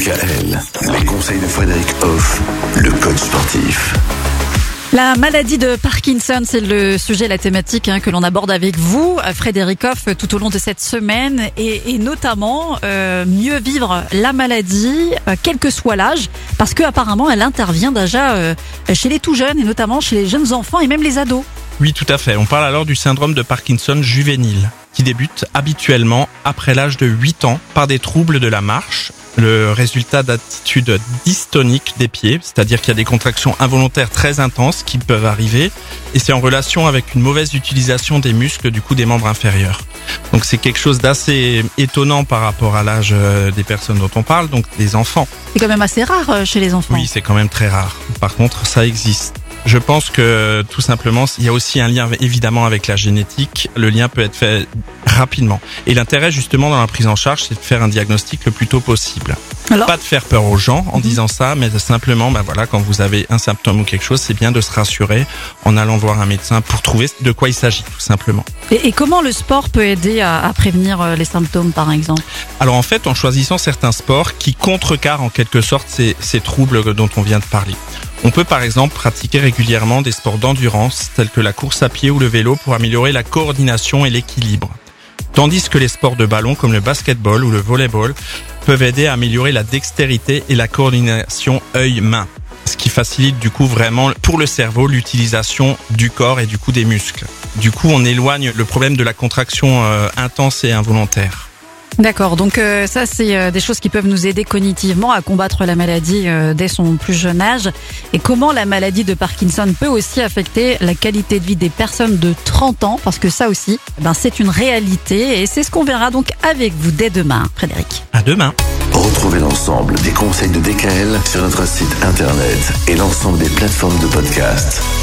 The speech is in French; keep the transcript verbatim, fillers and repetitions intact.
K L, les conseils de Frédéric Hoff, le coach sportif. La maladie de Parkinson, c'est le sujet, la thématique hein, que l'on aborde avec vous, Frédéric Hoff, tout au long de cette semaine, et, et notamment euh, mieux vivre la maladie, euh, quel que soit l'âge, parce que apparemment elle intervient déjà euh, chez les tout jeunes, et notamment chez les jeunes enfants et même les ados. Oui, tout à fait. On parle alors du syndrome de Parkinson juvénile, qui débute habituellement après l'âge de huit ans par des troubles de la marche, le résultat d'attitudes dystoniques des pieds, c'est-à-dire qu'il y a des contractions involontaires très intenses qui peuvent arriver, et c'est en relation avec une mauvaise utilisation des muscles du coup des membres inférieurs. Donc c'est quelque chose d'assez étonnant par rapport à l'âge des personnes dont on parle, donc des enfants. C'est quand même assez rare chez les enfants. Oui, c'est quand même très rare. Par contre, ça existe. Je pense que tout simplement, il y a aussi un lien évidemment avec la génétique. Le lien peut être fait rapidement. Et l'intérêt justement dans la prise en charge, c'est de faire un diagnostic le plus tôt possible. Alors pas de faire peur aux gens en mmh. disant ça, mais de simplement, ben voilà, quand vous avez un symptôme ou quelque chose, c'est bien de se rassurer en allant voir un médecin pour trouver de quoi il s'agit, tout simplement. Et, et comment le sport peut aider à, à prévenir les symptômes, par exemple ? Alors en fait, en choisissant certains sports qui contrecarrent en quelque sorte ces, ces troubles dont on vient de parler. On peut par exemple pratiquer régulièrement des sports d'endurance tels que la course à pied ou le vélo pour améliorer la coordination et l'équilibre. Tandis que les sports de ballon comme le basketball ou le volleyball peuvent aider à améliorer la dextérité et la coordination œil-main. Ce qui facilite du coup vraiment pour le cerveau l'utilisation du corps et du coup des muscles. Du coup on éloigne le problème de la contraction euh, intense et involontaire. D'accord, donc euh, ça c'est euh, des choses qui peuvent nous aider cognitivement à combattre la maladie euh, dès son plus jeune âge. Et comment la maladie de Parkinson peut aussi affecter la qualité de vie des personnes de trente ans, parce que ça aussi, ben, c'est une réalité et c'est ce qu'on verra donc avec vous dès demain, Frédéric. À demain. Retrouvez l'ensemble des conseils de D K L sur notre site internet et l'ensemble des plateformes de podcast.